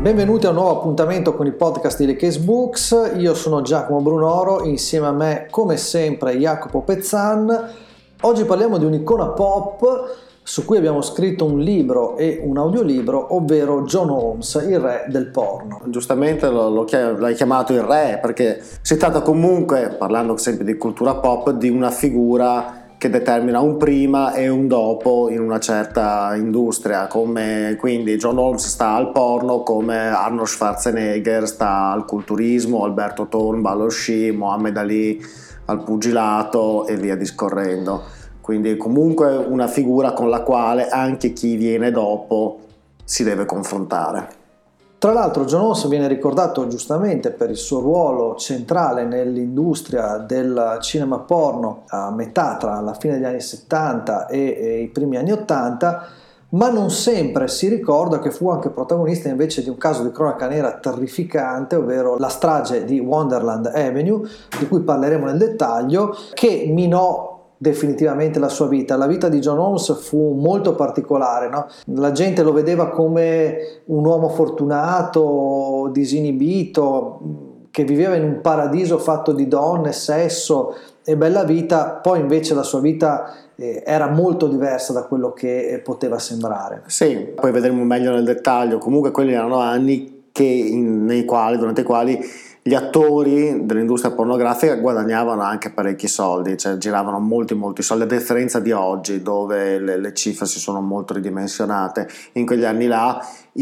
Benvenuti a un nuovo appuntamento con i podcast di Le Case Books. Io sono Giacomo Brunoro, insieme a me come sempre Jacopo Pezzan. Oggi parliamo di un'icona pop su cui abbiamo scritto un libro e un audiolibro, ovvero John Holmes, il re del porno. Giustamente l'hai chiamato il re perché si tratta comunque, parlando sempre di cultura pop, di una figura che determina un prima e un dopo in una certa industria, come quindi John Holmes sta al porno, come Arnold Schwarzenegger sta al culturismo, Alberto Tomba allo sci, Muhammad Ali al pugilato e via discorrendo. Quindi comunque una figura con la quale anche chi viene dopo si deve confrontare. Tra l'altro John Holmes viene ricordato giustamente per il suo ruolo centrale nell'industria del cinema porno a metà tra la fine degli anni 70 e i primi anni 80, ma non sempre si ricorda che fu anche protagonista invece di un caso di cronaca nera terrificante, ovvero la strage di Wonderland Avenue, di cui parleremo nel dettaglio, che minò definitivamente la sua vita. La vita di John Holmes fu molto particolare, no? La gente lo vedeva come un uomo fortunato, disinibito, che viveva in un paradiso fatto di donne, sesso e bella vita. Poi invece la sua vita era molto diversa da quello che poteva sembrare. Sì, poi vedremo meglio nel dettaglio. Comunque quelli erano anni durante i quali gli attori dell'industria pornografica guadagnavano anche parecchi soldi, cioè giravano molti soldi, a differenza di oggi dove le cifre si sono molto ridimensionate. In quegli anni là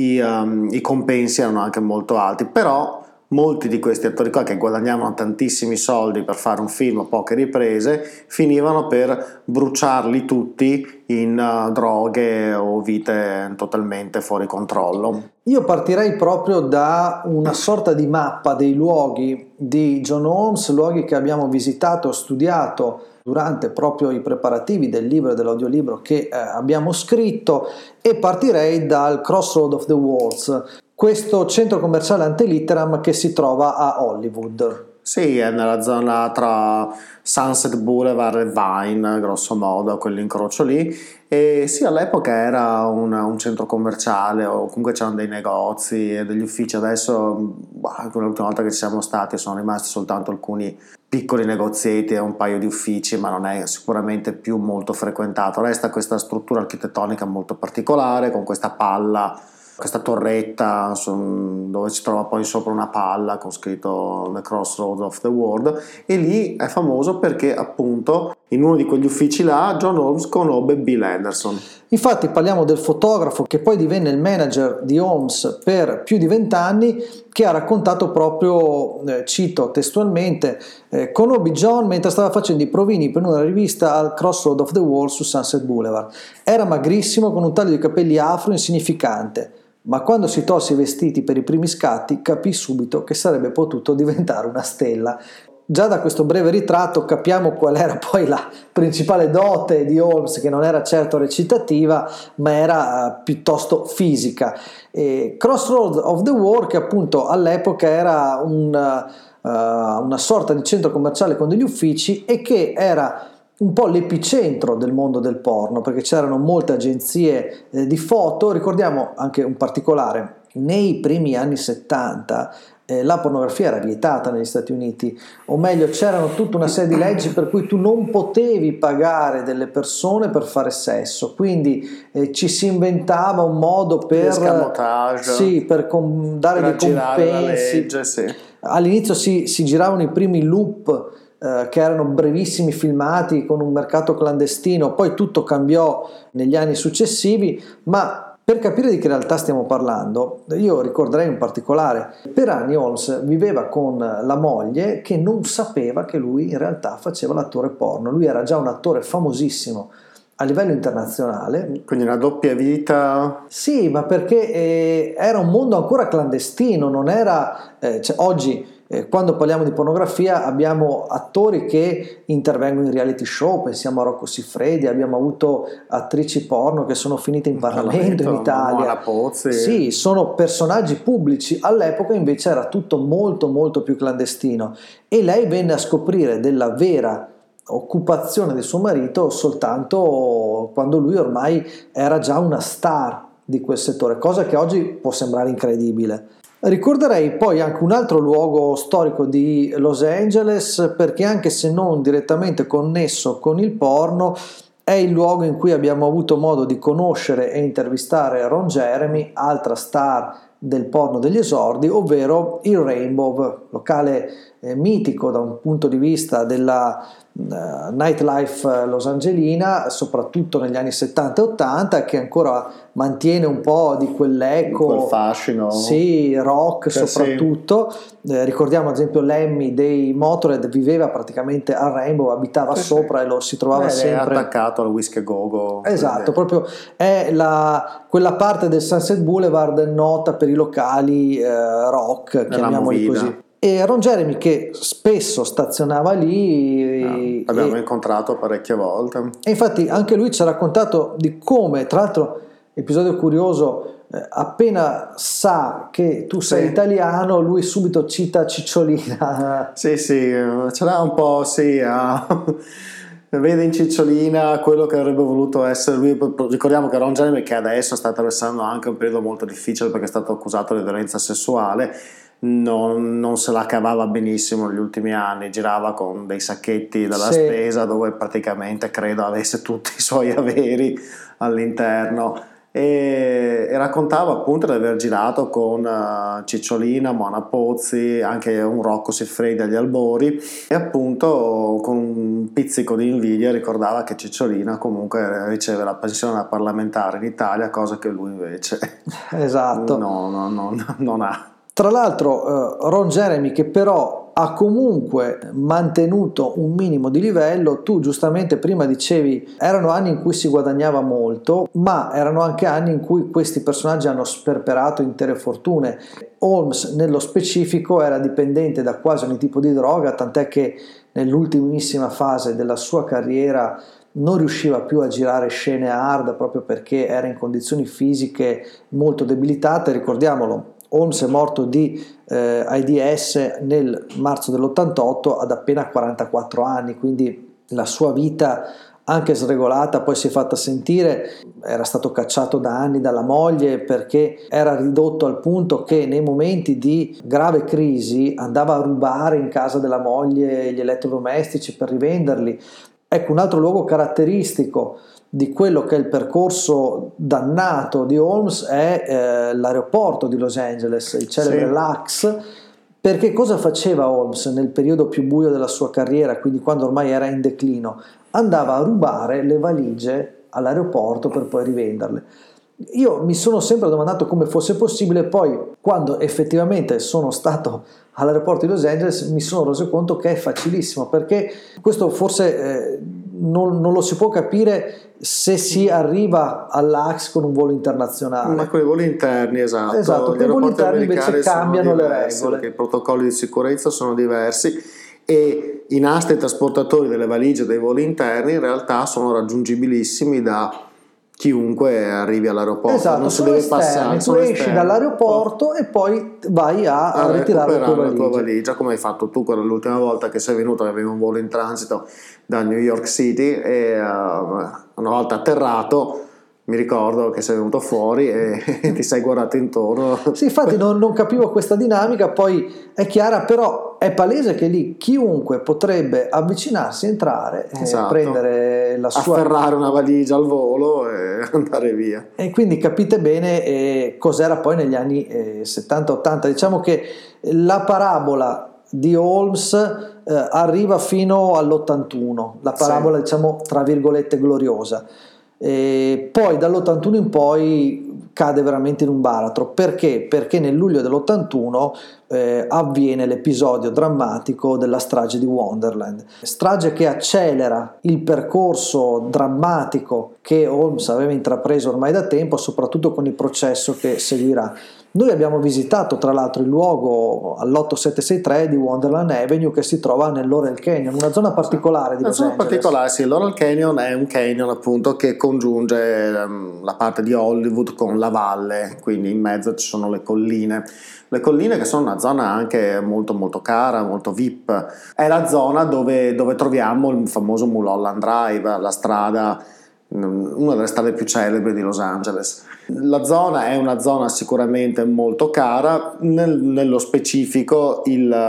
i compensi erano anche molto alti, però molti di questi attori qua che guadagnavano tantissimi soldi per fare un film, poche riprese, finivano per bruciarli tutti in droghe o vite totalmente fuori controllo. Io partirei proprio da una sorta di mappa dei luoghi di John Holmes, luoghi che abbiamo visitato, studiato durante proprio i preparativi del libro e dell'audiolibro che abbiamo scritto, e partirei dal Crossroad of the Worlds, questo centro commerciale ante litteram che si trova a Hollywood. Sì, è nella zona tra Sunset Boulevard e Vine, grosso modo, quell'incrocio lì. E sì, all'epoca era un centro commerciale, o comunque c'erano dei negozi e degli uffici. Adesso, l'ultima volta che ci siamo stati, sono rimasti soltanto alcuni piccoli negozietti e un paio di uffici, ma non è sicuramente più molto frequentato. Resta questa struttura architettonica molto particolare, con questa palla, questa torretta dove si trova poi sopra una palla con scritto The Crossroads of the World, e lì è famoso perché appunto in uno di quegli uffici là John Holmes conobbe Bill Henderson. Infatti parliamo del fotografo che poi divenne il manager di Holmes per più di 20 anni, che ha raccontato proprio, cito testualmente, conobbi John mentre stava facendo i provini per una rivista al Crossroad of the World su Sunset Boulevard. Era magrissimo con un taglio di capelli afro insignificante, ma quando si tolse i vestiti per i primi scatti capì subito che sarebbe potuto diventare una stella. Già da questo breve ritratto capiamo qual era poi la principale dote di Holmes, che non era certo recitativa, ma era piuttosto fisica. Crossroads of the World, che appunto all'epoca era una sorta di centro commerciale con degli uffici e che era un po' l'epicentro del mondo del porno, perché c'erano molte agenzie di foto. Ricordiamo anche un particolare: nei primi anni 70 la pornografia era vietata negli Stati Uniti, o meglio c'erano tutta una serie di leggi per cui tu non potevi pagare delle persone per fare sesso, quindi ci si inventava un modo per dare dei compensi. Legge, sì. All'inizio si giravano i primi loop che erano brevissimi filmati con un mercato clandestino, poi tutto cambiò negli anni successivi, ma per capire di che realtà stiamo parlando, io ricorderei in particolare: per anni Holmes viveva con la moglie che non sapeva che lui in realtà faceva l'attore porno. Lui era già un attore famosissimo a livello internazionale. Quindi una doppia vita? Sì, ma perché era un mondo ancora clandestino, non era... oggi quando parliamo di pornografia abbiamo attori che intervengono in reality show, pensiamo a Rocco Siffredi, abbiamo avuto attrici porno che sono finite in Parlamento in Italia. Pozzi. Sì, sono personaggi pubblici. All'epoca invece era tutto molto più clandestino, e lei venne a scoprire della vera occupazione del suo marito soltanto quando lui ormai era già una star di quel settore, cosa che oggi può sembrare incredibile. Ricorderei poi anche un altro luogo storico di Los Angeles, perché anche se non direttamente connesso con il porno, è il luogo in cui abbiamo avuto modo di conoscere e intervistare Ron Jeremy, altra star del porno degli esordi, ovvero il Rainbow, locale mitico da un punto di vista della nightlife losangelina, soprattutto negli anni 70 e 80, che ancora mantiene un po' di quell'eco, quel fascino, sì, rock soprattutto. Ricordiamo ad esempio Lemmy dei Motorhead viveva praticamente al Rainbow, abitava sopra e lo si trovava sempre è attaccato al Whisky Go Go. Esatto, proprio è quella parte del Sunset Boulevard nota per i locali rock, chiamiamoli così. E Ron Jeremy, che spesso stazionava lì, l'abbiamo incontrato parecchie volte, e infatti anche lui ci ha raccontato di come, tra l'altro episodio curioso, appena sa che tu sei italiano, lui subito cita Cicciolina. Sì, ce l'ha un po', vede in Cicciolina quello che avrebbe voluto essere lui. Ricordiamo che Ron Jeremy, che adesso sta attraversando anche un periodo molto difficile perché è stato accusato di violenza sessuale, non se la cavava benissimo negli ultimi anni, girava con dei sacchetti della spesa dove praticamente credo avesse tutti i suoi averi all'interno, e raccontava appunto di aver girato con Cicciolina, Mona Pozzi, anche un Rocco Siffredi agli albori, e appunto con un pizzico di invidia ricordava che Cicciolina comunque riceve la pensione parlamentare in Italia, cosa che lui invece esatto non ha. Tra l'altro Ron Jeremy, che però ha comunque mantenuto un minimo di livello, tu giustamente prima dicevi erano anni in cui si guadagnava molto, ma erano anche anni in cui questi personaggi hanno sperperato intere fortune. Holmes nello specifico era dipendente da quasi ogni tipo di droga, tant'è che nell'ultimissima fase della sua carriera non riusciva più a girare scene hard proprio perché era in condizioni fisiche molto debilitate. Ricordiamolo, Holmes è morto di AIDS nel marzo dell'88 ad appena 44 anni, quindi la sua vita anche sregolata poi si è fatta sentire. Era stato cacciato da anni dalla moglie perché era ridotto al punto che nei momenti di grave crisi andava a rubare in casa della moglie gli elettrodomestici per rivenderli. Ecco, un altro luogo caratteristico di quello che è il percorso dannato di Holmes è l'aeroporto di Los Angeles, il celebre LAX, perché cosa faceva Holmes nel periodo più buio della sua carriera, quindi quando ormai era in declino? Andava a rubare le valigie all'aeroporto per poi rivenderle. Io mi sono sempre domandato come fosse possibile, poi quando effettivamente sono stato all'aeroporto di Los Angeles mi sono reso conto che è facilissimo, perché questo forse non lo si può capire se si arriva all'AX con un volo internazionale. Ma con i voli interni, esatto, con i voli interni invece cambiano le regole. Perché i protocolli di sicurezza sono diversi e i nastri trasportatori delle valigie dei voli interni in realtà sono raggiungibilissimi da chiunque arrivi all'aeroporto. Esatto, non si deve passare. Tu esci dall'aeroporto e poi vai a ritirare la tua valigia, come hai fatto tu l'ultima volta che sei venuto, avevi un volo in transito da New York City e una volta atterrato mi ricordo che sei venuto fuori e ti sei guardato intorno. Sì, infatti non capivo questa dinamica, poi è chiara, però è palese che lì chiunque potrebbe avvicinarsi, entrare, prendere la sua... afferrare una valigia al volo e andare via. E quindi capite bene cos'era poi negli anni 70-80. Diciamo che la parabola di Holmes arriva fino all'81, la parabola diciamo tra virgolette gloriosa. E poi dall'81 in poi cade veramente in un baratro. Perché? Perché nel luglio dell'81 avviene l'episodio drammatico della strage di Wonderland, strage che accelera il percorso drammatico che Holmes aveva intrapreso ormai da tempo, soprattutto con il processo che seguirà. Noi abbiamo visitato tra l'altro il luogo all'8763 di Wonderland Avenue, che si trova nell'Laurel Canyon, una zona particolare di Los Angeles. Una zona particolare, sì. Laurel Canyon è un canyon appunto che congiunge la parte di Hollywood con la valle, quindi in mezzo ci sono le colline che sono una zona anche molto molto cara, molto VIP. È la zona dove troviamo il famoso Mulholland Drive, la strada una delle strade più celebri di Los Angeles. La zona è una zona sicuramente molto cara, nello specifico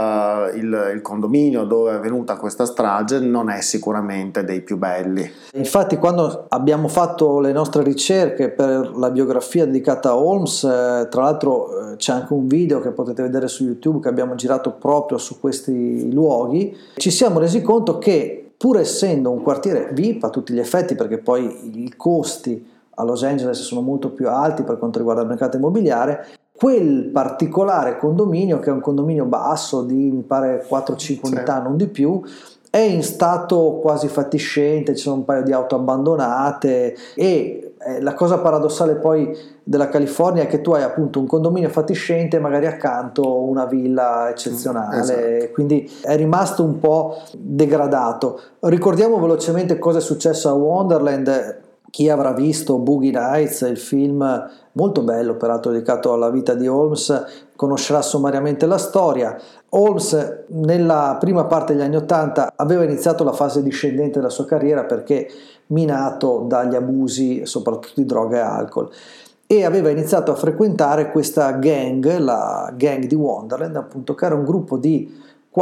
il condominio dove è avvenuta questa strage non è sicuramente dei più belli. Infatti, quando abbiamo fatto le nostre ricerche per la biografia dedicata a Holmes, tra l'altro c'è anche un video che potete vedere su YouTube che abbiamo girato proprio su questi luoghi, ci siamo resi conto che, pur essendo un quartiere VIP a tutti gli effetti, perché poi i costi a Los Angeles sono molto più alti per quanto riguarda il mercato immobiliare, quel particolare condominio, che è un condominio basso di mi pare 4-5 unità, non di più, è in stato quasi fatiscente, ci sono un paio di auto abbandonate, e la cosa paradossale poi della California è che tu hai appunto un condominio fatiscente e magari accanto una villa eccezionale, esatto. Quindi è rimasto un po' degradato. Ricordiamo velocemente cosa è successo a Wonderland. Chi avrà visto Boogie Nights, il film molto bello peraltro dedicato alla vita di Holmes, conoscerà sommariamente la storia. Holmes nella prima parte degli anni '80 aveva iniziato la fase discendente della sua carriera perché minato dagli abusi soprattutto di droga e alcol, e aveva iniziato a frequentare questa gang, la gang di Wonderland, appunto, che era un gruppo di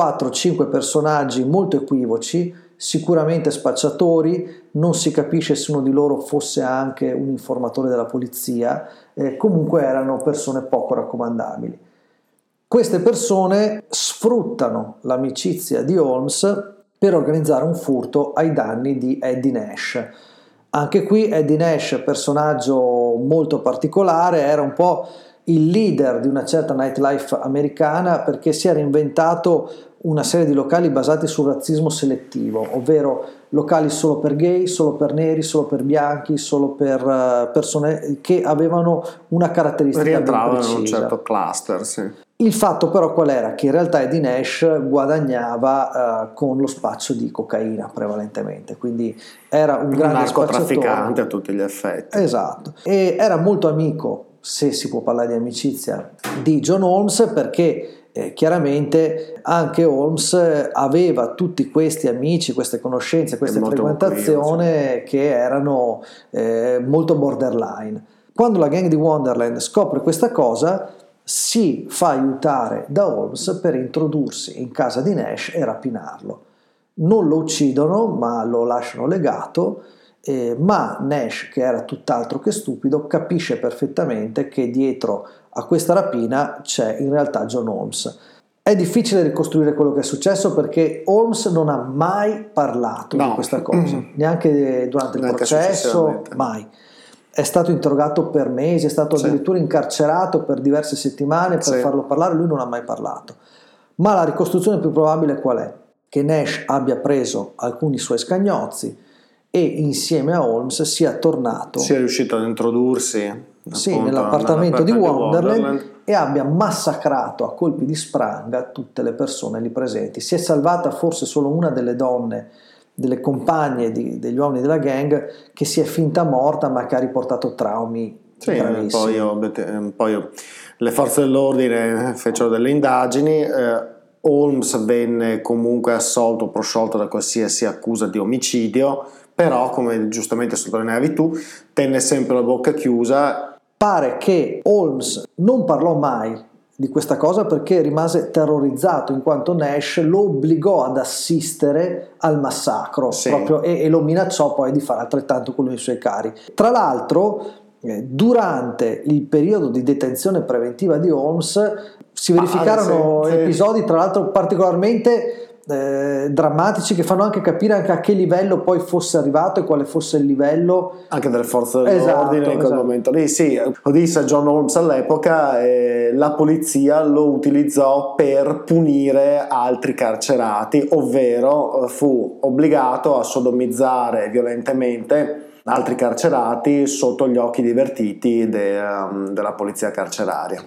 4-5 personaggi molto equivoci, sicuramente spacciatori, non si capisce se uno di loro fosse anche un informatore della polizia, comunque erano persone poco raccomandabili. Queste persone sfruttano l'amicizia di Holmes per organizzare un furto ai danni di Eddie Nash. Anche qui Eddie Nash, personaggio molto particolare, era un po' il leader di una certa nightlife americana, perché si era inventato una serie di locali basati sul razzismo selettivo, ovvero locali solo per gay, solo per neri, solo per bianchi, solo per persone che avevano una caratteristica ben rientravano precisa. in un certo cluster, sì. Il fatto però qual era? Che in realtà Eddie Nash guadagnava con lo spaccio di cocaina prevalentemente, quindi era un grande narcotrafficante a tutti gli effetti. Esatto, e era molto amico, se si può parlare di amicizia, di John Holmes, perché chiaramente anche Holmes aveva tutti questi amici, queste conoscenze, queste frequentazioni che erano molto borderline. Quando la gang di Wonderland scopre questa cosa, si fa aiutare da Holmes per introdursi in casa di Nash e rapinarlo. Non lo uccidono, ma lo lasciano legato. Ma Nash, che era tutt'altro che stupido, capisce perfettamente che dietro a questa rapina c'è in realtà John Holmes. È difficile ricostruire quello che è successo perché Holmes non ha mai parlato di questa cosa, neanche durante il processo, mai. È stato interrogato per mesi, è stato addirittura incarcerato per diverse settimane per farlo parlare, lui non ha mai parlato. Ma la ricostruzione più probabile qual è? Che Nash abbia preso alcuni suoi scagnozzi e insieme a Holmes sia tornato, sia riuscito ad introdursi nell'appartamento di Wonderland e abbia massacrato a colpi di spranga tutte le persone lì presenti. Si è salvata forse solo una delle donne, delle compagne degli uomini della gang, che si è finta morta ma che ha riportato traumi gravissimi. Poi le forze dell'ordine fecero delle indagini. Holmes venne comunque assolto o prosciolto da qualsiasi accusa di omicidio, però, come giustamente sottolineavi tu, tenne sempre la bocca chiusa. Pare che Holmes non parlò mai di questa cosa perché rimase terrorizzato, in quanto Nash lo obbligò ad assistere al massacro proprio, e lo minacciò poi di fare altrettanto con i suoi cari. Tra l'altro, durante il periodo di detenzione preventiva di Holmes si verificarono episodi, tra l'altro particolarmente drammatici, che fanno anche capire anche a che livello poi fosse arrivato e quale fosse il livello anche delle forze dell'ordine in quel momento lì. Lo disse John Holmes all'epoca, la polizia lo utilizzò per punire altri carcerati, ovvero fu obbligato a sodomizzare violentemente altri carcerati sotto gli occhi divertiti della polizia carceraria.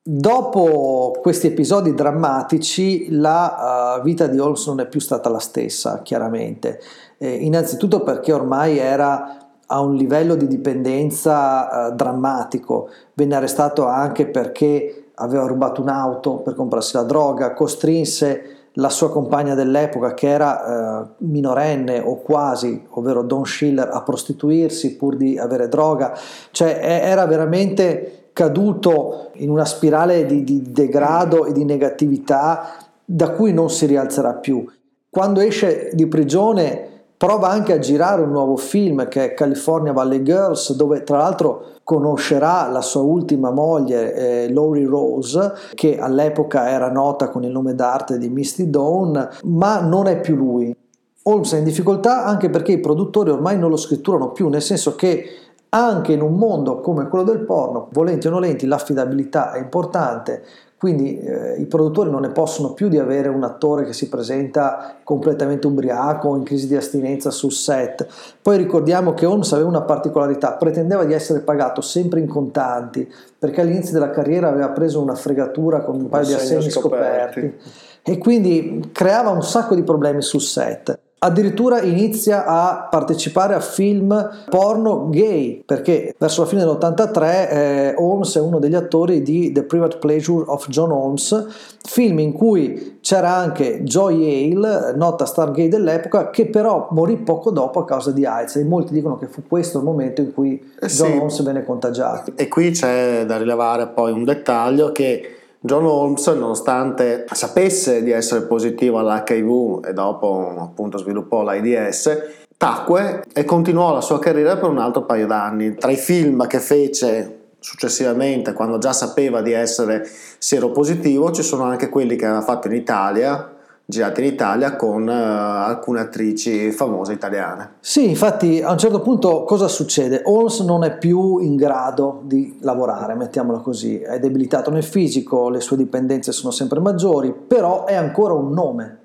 Dopo questi episodi drammatici la vita di Holmes non è più stata la stessa, chiaramente, innanzitutto perché ormai era a un livello di dipendenza drammatico. Venne arrestato anche perché aveva rubato un'auto per comprarsi la droga, costrinse la sua compagna dell'epoca, che era minorenne o quasi, ovvero Dawn Schiller, a prostituirsi pur di avere droga, cioè era veramente caduto in una spirale di degrado e di negatività da cui non si rialzerà più. Quando esce di prigione prova anche a girare un nuovo film che è California Valley Girls, dove tra l'altro conoscerà la sua ultima moglie, Laurie Rose, che all'epoca era nota con il nome d'arte di Misty Dawn, ma non è più lui. Holmes è in difficoltà anche perché i produttori ormai non lo scritturano più, nel senso che anche in un mondo come quello del porno, volenti o nolenti, l'affidabilità è importante, quindi i produttori non ne possono più di avere un attore che si presenta completamente ubriaco o in crisi di astinenza sul set. Poi ricordiamo che Holmes aveva una particolarità, pretendeva di essere pagato sempre in contanti, perché all'inizio della carriera aveva preso una fregatura con un paio di assegni scoperti e quindi creava un sacco di problemi sul set. Addirittura inizia a partecipare a film porno gay, perché verso la fine dell'83 Holmes è uno degli attori di The Private Pleasure of John Holmes, film in cui c'era anche Joy Hale, nota star gay dell'epoca, che però morì poco dopo a causa di AIDS, e molti dicono che fu questo il momento in cui John Holmes venne contagiato. E qui c'è da rilevare poi un dettaglio, che John Holmes, nonostante sapesse di essere positivo all'HIV e dopo appunto sviluppò l'AIDS, tacque e continuò la sua carriera per un altro paio d'anni. Tra i film che fece successivamente, quando già sapeva di essere seropositivo, ci sono anche quelli che aveva fatto in Italia, girati in Italia con alcune attrici famose italiane. Sì, infatti a un certo punto cosa succede? Holmes non è più in grado di lavorare, mettiamola così, è debilitato nel fisico, le sue dipendenze sono sempre maggiori, però è ancora un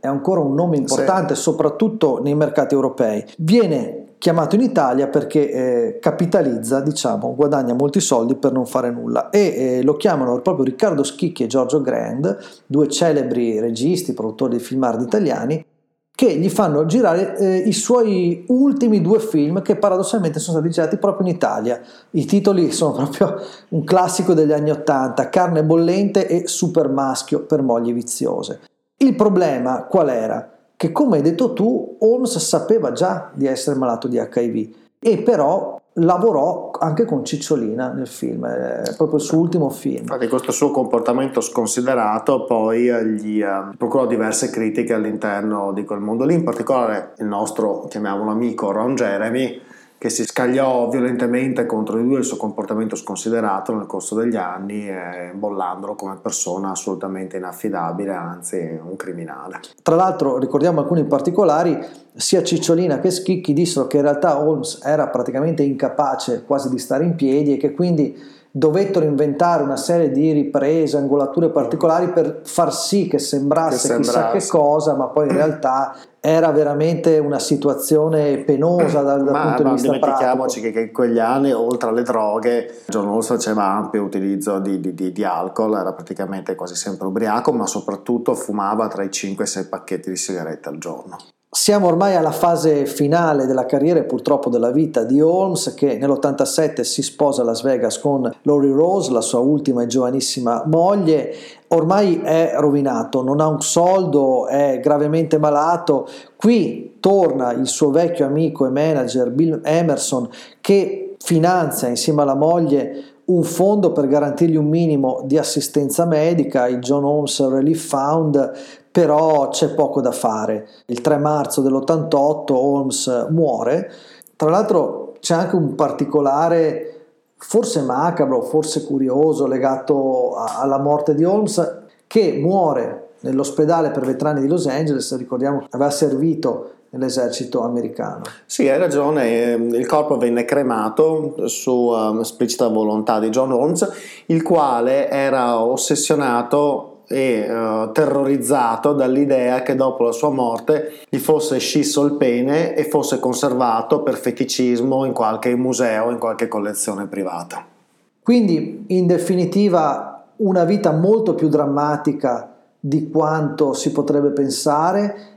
nome importante, sì, soprattutto nei mercati europei. Viene chiamato in Italia perché capitalizza, diciamo, guadagna molti soldi per non fare nulla, e lo chiamano proprio Riccardo Schicchi e Giorgio Grand, due celebri registi, produttori di film hard italiani, che gli fanno girare i suoi ultimi due film, che paradossalmente sono stati girati proprio in Italia. I titoli sono proprio un classico degli anni '80, Carne bollente e Super maschio per mogli viziose. Il problema qual era? Che, come hai detto tu, Holmes sapeva già di essere malato di HIV e però lavorò anche con Cicciolina nel film, proprio il suo ultimo film. Infatti questo suo comportamento sconsiderato poi gli procurò diverse critiche all'interno di quel mondo lì, in particolare il nostro, chiamiamolo amico, Ron Jeremy, che si scagliò violentemente contro di lui e il suo comportamento sconsiderato nel corso degli anni, bollandolo come persona assolutamente inaffidabile, anzi un criminale. Tra l'altro ricordiamo alcuni particolari: sia Cicciolina che Schicchi dissero che in realtà Holmes era praticamente incapace quasi di stare in piedi e che quindi dovettero inventare una serie di riprese, angolature particolari per far sì che sembrasse chissà che cosa, ma poi in realtà era veramente una situazione penosa dal punto di vista pratico. Ma non dimentichiamoci che in quegli anni, oltre alle droghe, John Holmes faceva ampio utilizzo di alcol, era praticamente quasi sempre ubriaco, ma soprattutto fumava tra i 5 e 6 pacchetti di sigarette al giorno. Siamo ormai alla fase finale della carriera e purtroppo della vita di Holmes, che nell'87 si sposa a Las Vegas con Laurie Rose, la sua ultima e giovanissima moglie. Ormai è rovinato, non ha un soldo, è gravemente malato. Qui torna il suo vecchio amico e manager Bill Emerson, che finanzia insieme alla moglie un fondo per garantirgli un minimo di assistenza medica, il John Holmes Relief Fund, però c'è poco da fare. Il 3 marzo dell'88 Holmes muore. Tra l'altro c'è anche un particolare, forse macabro, forse curioso, legato alla morte di Holmes, che muore nell'ospedale per veterani di Los Angeles. Ricordiamo che aveva servito nell'esercito americano. Sì, hai ragione, il corpo venne cremato su esplicita volontà di John Holmes, il quale era ossessionato e terrorizzato dall'idea che dopo la sua morte gli fosse scisso il pene e fosse conservato per feticismo in qualche museo, in qualche collezione privata. Quindi, in definitiva, una vita molto più drammatica di quanto si potrebbe pensare,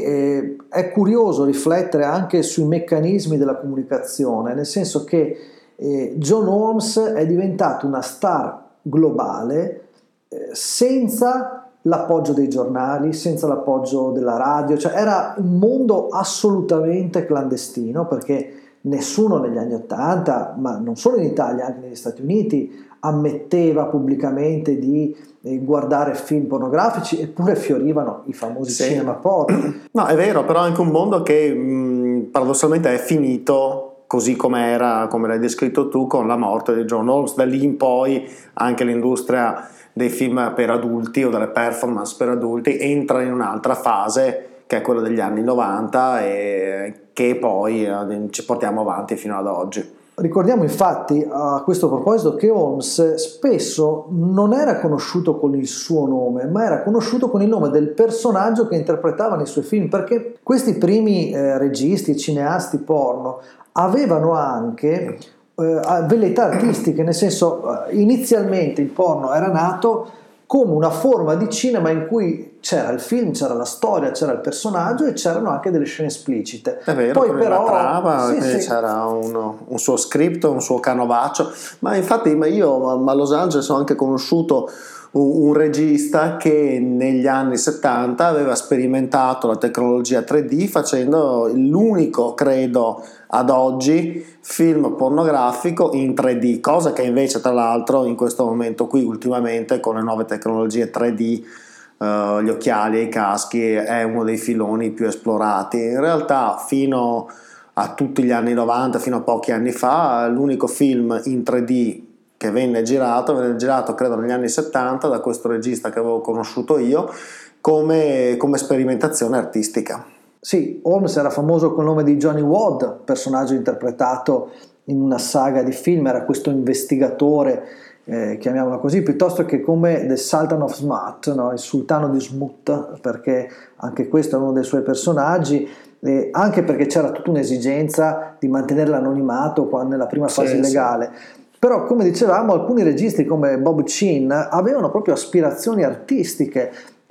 e è curioso riflettere anche sui meccanismi della comunicazione, nel senso che John Holmes è diventato una star globale senza l'appoggio dei giornali, senza l'appoggio della radio, cioè era un mondo assolutamente clandestino, perché nessuno negli anni '80, ma non solo in Italia, anche negli Stati Uniti, ammetteva pubblicamente di guardare film pornografici, eppure fiorivano i famosi cinema porno. No, è vero, però è anche un mondo che paradossalmente è finito così come era, come l'hai descritto tu, con la morte di John Holmes. Da lì in poi anche l'industria dei film per adulti o delle performance per adulti entra in un'altra fase, che è quella degli anni 90, e che poi ci portiamo avanti fino ad oggi. Ricordiamo infatti a questo proposito che Holmes spesso non era conosciuto con il suo nome, ma era conosciuto con il nome del personaggio che interpretava nei suoi film, perché questi primi registi e cineasti porno avevano anche velleità artistiche, nel senso inizialmente il porno era nato come una forma di cinema in cui c'era il film, c'era la storia, c'era il personaggio e c'erano anche delle scene esplicite. È vero, poi però la trama, c'era un suo script, un suo canovaccio, ma infatti io a Los Angeles ho anche conosciuto un regista che negli anni 70 aveva sperimentato la tecnologia 3D facendo l'unico, credo ad oggi, film pornografico in 3D, cosa che invece tra l'altro in questo momento qui ultimamente con le nuove tecnologie 3D, gli occhiali e i caschi, è uno dei filoni più esplorati. In realtà fino a tutti gli anni 90, fino a pochi anni fa, l'unico film in 3D che venne girato credo negli anni 70 da questo regista che avevo conosciuto io come sperimentazione artistica. Sì, Holmes era famoso col nome di Johnny Wadd, personaggio interpretato in una saga di film, era questo investigatore, chiamiamolo così, piuttosto che come The Sultan of Smut, no? Il sultano di Smut, perché anche questo è uno dei suoi personaggi, anche perché c'era tutta un'esigenza di mantenere l'anonimato nella prima fase legale. Sì. Però, come dicevamo, alcuni registi come Bob Chin avevano proprio aspirazioni artistiche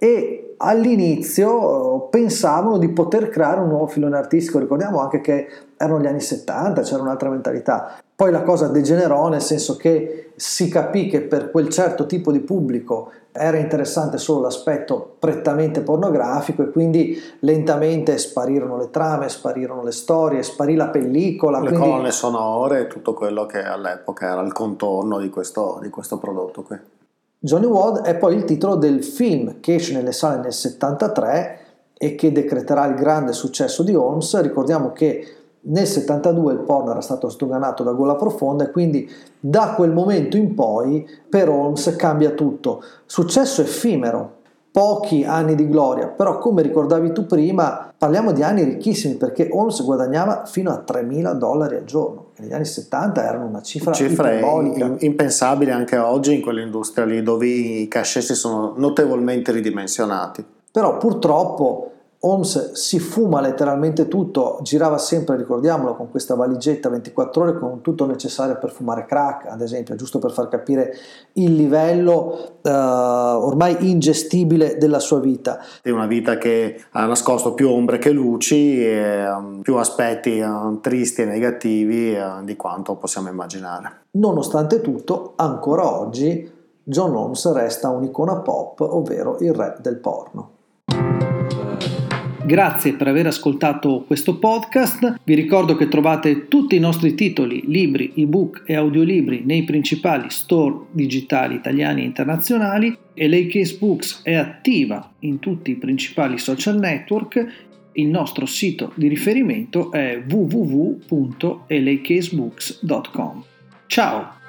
e all'inizio pensavano di poter creare un nuovo filone artistico. Ricordiamo anche che erano gli anni 70, c'era un'altra mentalità. Poi la cosa degenerò, nel senso che si capì che per quel certo tipo di pubblico era interessante solo l'aspetto prettamente pornografico e quindi lentamente sparirono le trame, sparirono le storie, sparì la pellicola. Le colonne sonore, tutto quello che all'epoca era il contorno di questo prodotto qui. Johnny Wadd è poi il titolo del film che esce nelle sale nel 73 e che decreterà il grande successo di Holmes. Ricordiamo che nel 72 il porno era stato sdoganato da Gola Profonda e quindi da quel momento in poi per Holmes cambia tutto. Successo effimero, pochi anni di gloria, però come ricordavi tu prima parliamo di anni ricchissimi, perché Holmes guadagnava fino a $3.000 al giorno, che negli anni 70 erano una cifra iperbolica, impensabile anche oggi in quell'industria lì dove i cachet si sono notevolmente ridimensionati. Però purtroppo Holmes si fuma letteralmente tutto, girava sempre, ricordiamolo, con questa valigetta 24 ore con tutto necessario per fumare crack, ad esempio, giusto per far capire il livello ormai ingestibile della sua vita. È una vita che ha nascosto più ombre che luci, e più aspetti tristi e negativi di quanto possiamo immaginare. Nonostante tutto, ancora oggi John Holmes resta un'icona pop, ovvero il re del porno. Grazie per aver ascoltato questo podcast. Vi ricordo che trovate tutti i nostri titoli, libri, ebook e audiolibri nei principali store digitali italiani e internazionali. LA Case Books è attiva in tutti i principali social network. Il nostro sito di riferimento è www.lacasebooks.com. Ciao!